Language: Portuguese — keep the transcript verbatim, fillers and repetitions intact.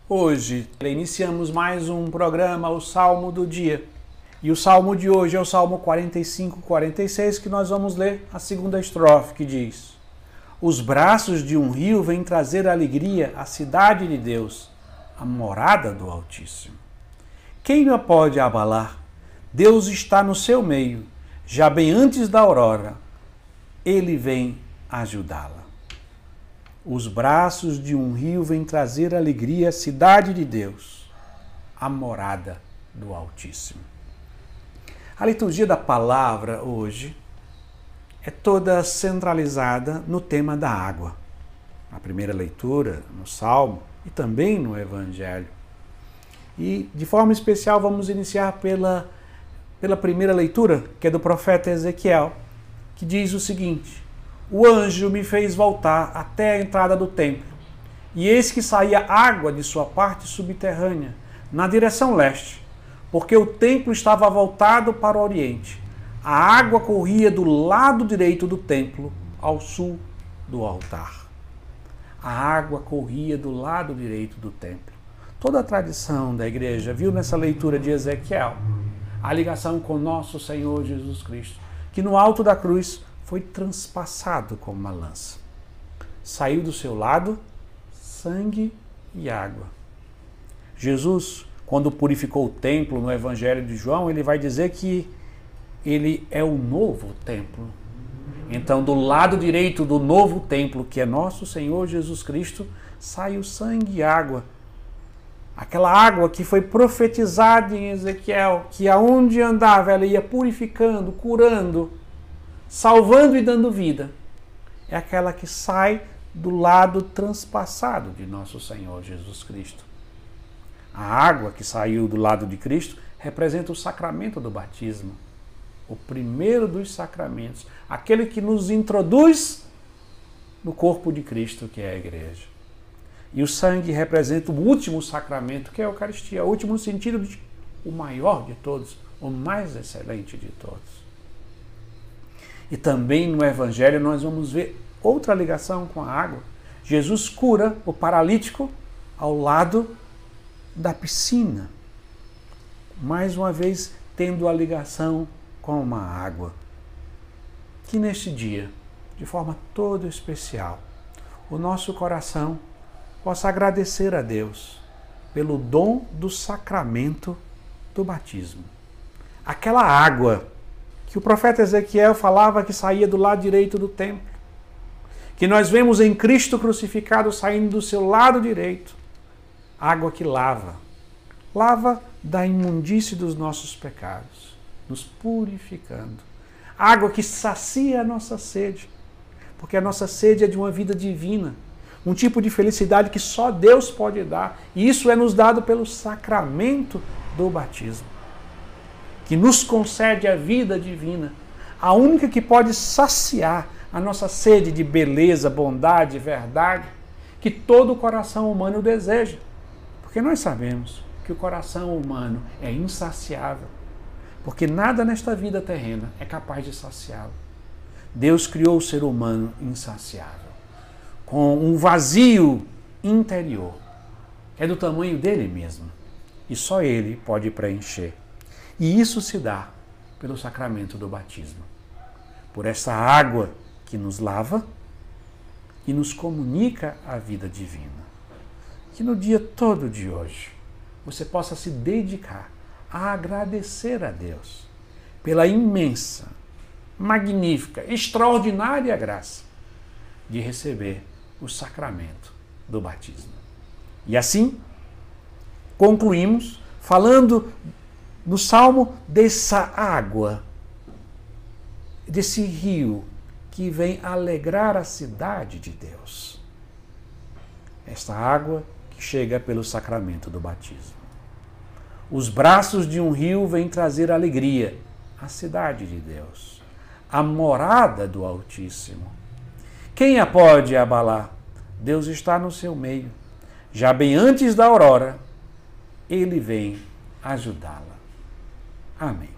Hoje iniciamos mais um programa, o Salmo do Dia. E o Salmo de hoje é o Salmo quarenta e cinco, quarenta e seis, que nós vamos ler a segunda estrofe, que diz: Os braços de um rio vêm trazer alegria à cidade de Deus, a morada do Altíssimo. Quem a pode abalar? Deus está no seu meio, já bem antes da aurora, ele vem ajudá-la. Os braços de um rio vêm trazer alegria à cidade de Deus, a morada do Altíssimo. A liturgia da palavra hoje é toda centralizada no tema da água. Na primeira leitura, no Salmo e também no Evangelho. E, de forma especial, vamos iniciar pela, pela primeira leitura, que é do profeta Ezequiel, que diz o seguinte: O anjo me fez voltar até a entrada do templo, e eis que saía água de sua parte subterrânea, na direção leste, porque o templo estava voltado para o oriente. A água corria do lado direito do templo, ao sul do altar. A água corria do lado direito do templo. Toda a tradição da igreja viu nessa leitura de Ezequiel a ligação com nosso Senhor Jesus Cristo, que no alto da cruz foi transpassado como uma lança. Saiu do seu lado sangue e água. Jesus, quando purificou o templo no Evangelho de João, ele vai dizer que ele é o novo templo. Então, do lado direito do novo templo, que é nosso Senhor Jesus Cristo, sai o sangue e água. Aquela água que foi profetizada em Ezequiel, que aonde andava ela ia purificando, curando, salvando e dando vida. É aquela que sai do lado transpassado de nosso Senhor Jesus Cristo. A água que saiu do lado de Cristo representa o sacramento do batismo, o primeiro dos sacramentos, aquele que nos introduz no corpo de Cristo, que é a igreja. E o sangue representa o último sacramento, que é a Eucaristia, o último no sentido de o maior de todos, o mais excelente de todos. E também no Evangelho nós vamos ver outra ligação com a água. Jesus cura o paralítico ao lado da piscina, mais uma vez tendo a ligação com uma água. Que neste dia, de forma toda especial, o nosso coração possa agradecer a Deus pelo dom do sacramento do batismo. Aquela água que o profeta Ezequiel falava que saía do lado direito do templo, que nós vemos em Cristo crucificado saindo do seu lado direito, água que lava, lava da imundície dos nossos pecados, nos purificando. Água que sacia a nossa sede, porque a nossa sede é de uma vida divina, um tipo de felicidade que só Deus pode dar, e isso é nos dado pelo sacramento do batismo, que nos concede a vida divina, a única que pode saciar a nossa sede de beleza, bondade, verdade, que todo o coração humano deseja. Porque nós sabemos que o coração humano é insaciável, porque nada nesta vida terrena é capaz de saciá-lo. Deus criou o ser humano insaciável, com um vazio interior. É do tamanho dele mesmo, e só ele pode preencher. E isso se dá pelo sacramento do batismo, por essa água que nos lava e nos comunica a vida divina. Que no dia todo de hoje você possa se dedicar a agradecer a Deus pela imensa, magnífica, extraordinária graça de receber o sacramento do batismo. E assim, concluímos falando no Salmo dessa água, desse rio que vem alegrar a cidade de Deus. Esta água que chega pelo sacramento do batismo. Os braços de um rio vêm trazer alegria à cidade de Deus, a morada do Altíssimo. Quem a pode abalar? Deus está no seu meio. Já bem antes da aurora, ele vem ajudá-la. Amém.